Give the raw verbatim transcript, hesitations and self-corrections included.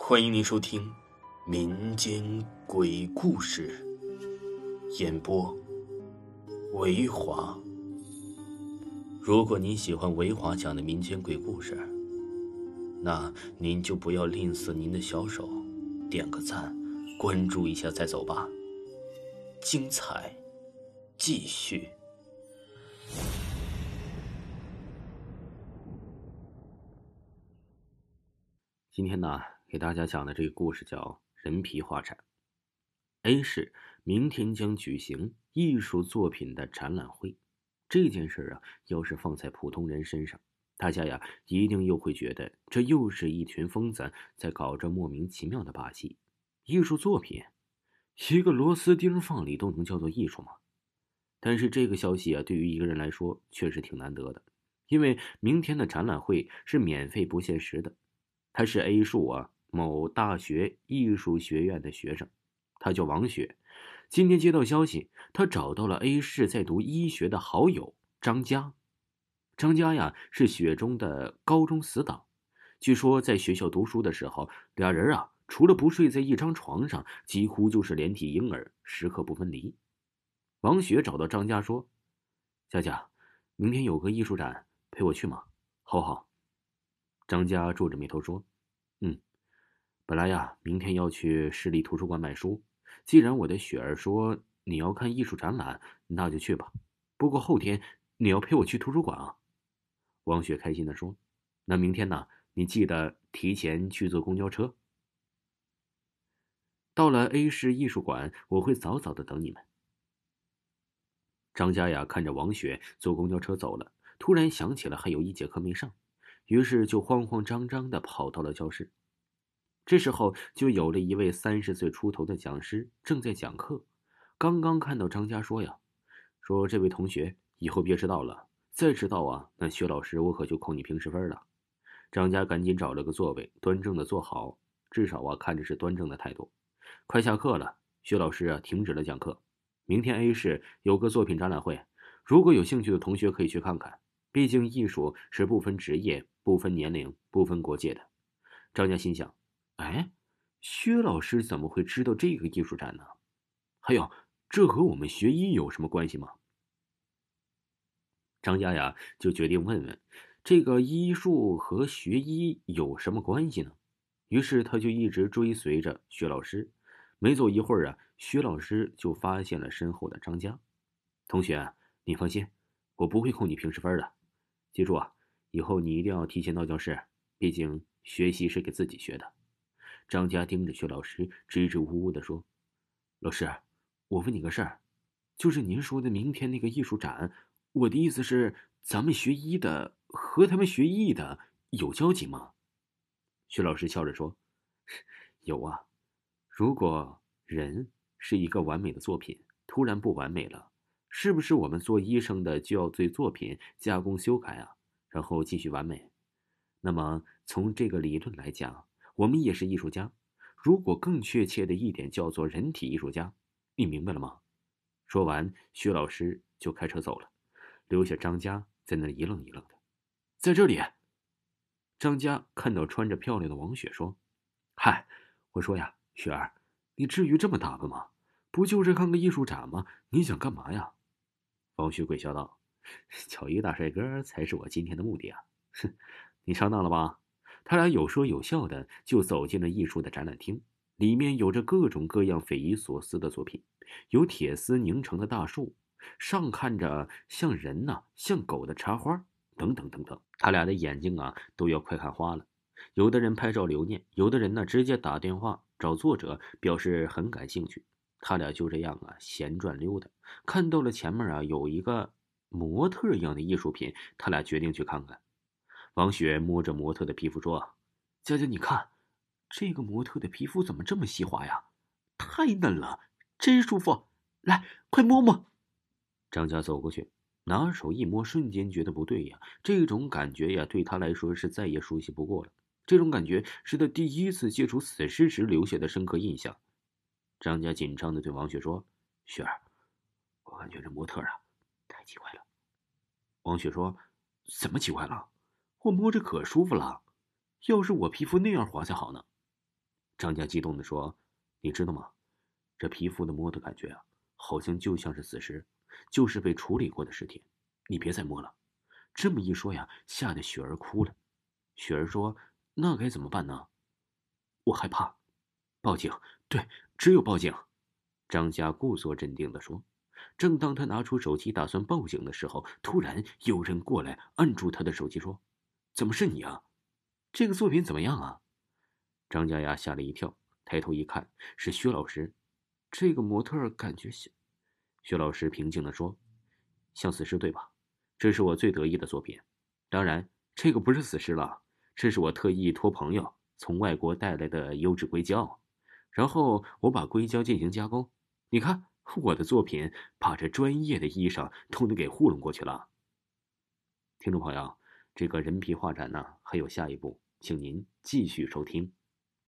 欢迎您收听民间鬼故事演播维华。如果您喜欢维华讲的民间鬼故事，那您就不要吝啬您的小手，点个赞，关注一下再走吧。精彩继续。今天呢，给大家讲的这个故事叫人皮画展。 A 市明天将举行艺术作品的展览会，这件事啊，要是放在普通人身上，大家呀一定又会觉得这又是一群疯子在搞着莫名其妙的把戏。艺术作品，一个螺丝钉放里都能叫做艺术吗？但是这个消息啊，对于一个人来说确实挺难得的，因为明天的展览会是免费不限时的。他是 A 市啊某大学艺术学院的学生，他叫王雪。今天接到消息，他找到了 A 市在读医学的好友张佳。张佳呀是雪中的高中死党，据说在学校读书的时候，俩人啊除了不睡在一张床上，几乎就是连体婴儿，时刻不分离。王雪找到张佳说：“佳佳，明天有个艺术展，陪我去吗？好不好？”张佳皱着眉头说：“嗯，本来呀，明天要去市立图书馆买书。既然我的雪儿说你要看艺术展览，那就去吧。不过后天你要陪我去图书馆啊。”王雪开心地说：“那明天呢，你记得提前去坐公交车。到了 A 市艺术馆，我会早早的等你们。”张佳呀看着王雪坐公交车走了，突然想起了还有一节课没上，于是就慌慌张张地跑到了教室。这时候就有了一位三十岁出头的讲师正在讲课。刚刚看到张佳说呀，说这位同学以后别迟到了，再迟到啊，那薛老师我可就扣你平时分了。张佳赶紧找了个座位，端正的坐好，至少啊看着是端正的态度。快下课了，薛老师啊停止了讲课。明天 A 市有个作品展览会，如果有兴趣的同学可以去看看，毕竟艺术是不分职业、不分年龄、不分国界的。张佳心想，哎，薛老师怎么会知道这个艺术展呢？还有，这和我们学医有什么关系吗？张佳呀就决定问问，这个医术和学医有什么关系呢？于是他就一直追随着薛老师。没走一会儿啊，薛老师就发现了身后的张佳。同学，你放心，我不会扣你平时分的。记住啊，以后你一定要提前到教室，毕竟学习是给自己学的。张佳盯着薛老师，支支吾吾地说：“老师，我问你个事儿，就是您说的明天那个艺术展，我的意思是，咱们学医的和他们学艺的有交集吗？”薛老师笑着说：“有啊。如果人是一个完美的作品，突然不完美了，是不是我们做医生的就要对作品加工修改啊，然后继续完美？那么从这个理论来讲，我们也是艺术家，如果更确切的一点叫做人体艺术家，你明白了吗？”说完，薛老师就开车走了，留下张佳在那一愣一愣的。在这里，张佳看到穿着漂亮的王雪说：“嗨，我说呀，雪儿，你至于这么打扮吗？不就是看个艺术展吗？你想干嘛呀？”王雪鬼笑道：“瞧一个大帅哥才是我今天的目的啊！哼，你上当了吧？”他俩有说有笑的就走进了艺术的展览厅，里面有着各种各样匪夷所思的作品，有铁丝拧成的大树，上看着像人呐、啊、像狗的插花，等等等等。他俩的眼睛啊都要快看花了。有的人拍照留念，有的人呢直接打电话找作者，表示很感兴趣。他俩就这样啊闲转溜达，看到了前面啊有一个模特一样的艺术品，他俩决定去看看。王雪摸着模特的皮肤说：“佳佳，你看，这个模特的皮肤怎么这么细滑呀？太嫩了，真舒服！来，快摸摸。”张佳走过去，拿手一摸，瞬间觉得不对呀，这种感觉呀，对他来说是再也熟悉不过了。这种感觉是他第一次接触死尸时留下的深刻印象。张佳紧张地对王雪说：“雪儿，我感觉这模特啊，太奇怪了。”王雪说：“怎么奇怪了？我摸着可舒服了，要是我皮肤那样滑才好呢。” 张家激动地说：“你知道吗？这皮肤的摸的感觉啊，好像就像是死尸，就是被处理过的尸体。你别再摸了。”这么一说呀，吓得雪儿哭了。雪儿说：“那该怎么办呢？”我害怕，报警。对，只有报警。张家故作镇定地说。正当他拿出手机打算报警的时候，突然有人过来按住他的手机说：“怎么是你啊？这个作品怎么样啊？”张家呀吓了一跳，抬头一看是薛老师。这个模特感觉像……薛老师平静地说：“像死尸对吧？这是我最得意的作品。当然，这个不是死尸了，这是我特意托朋友从外国带来的优质硅胶，然后我把硅胶进行加工。你看，我的作品把这专业的医生都能给糊弄过去了。”听众朋友，这个人皮画展呢还有下一步，请您继续收听。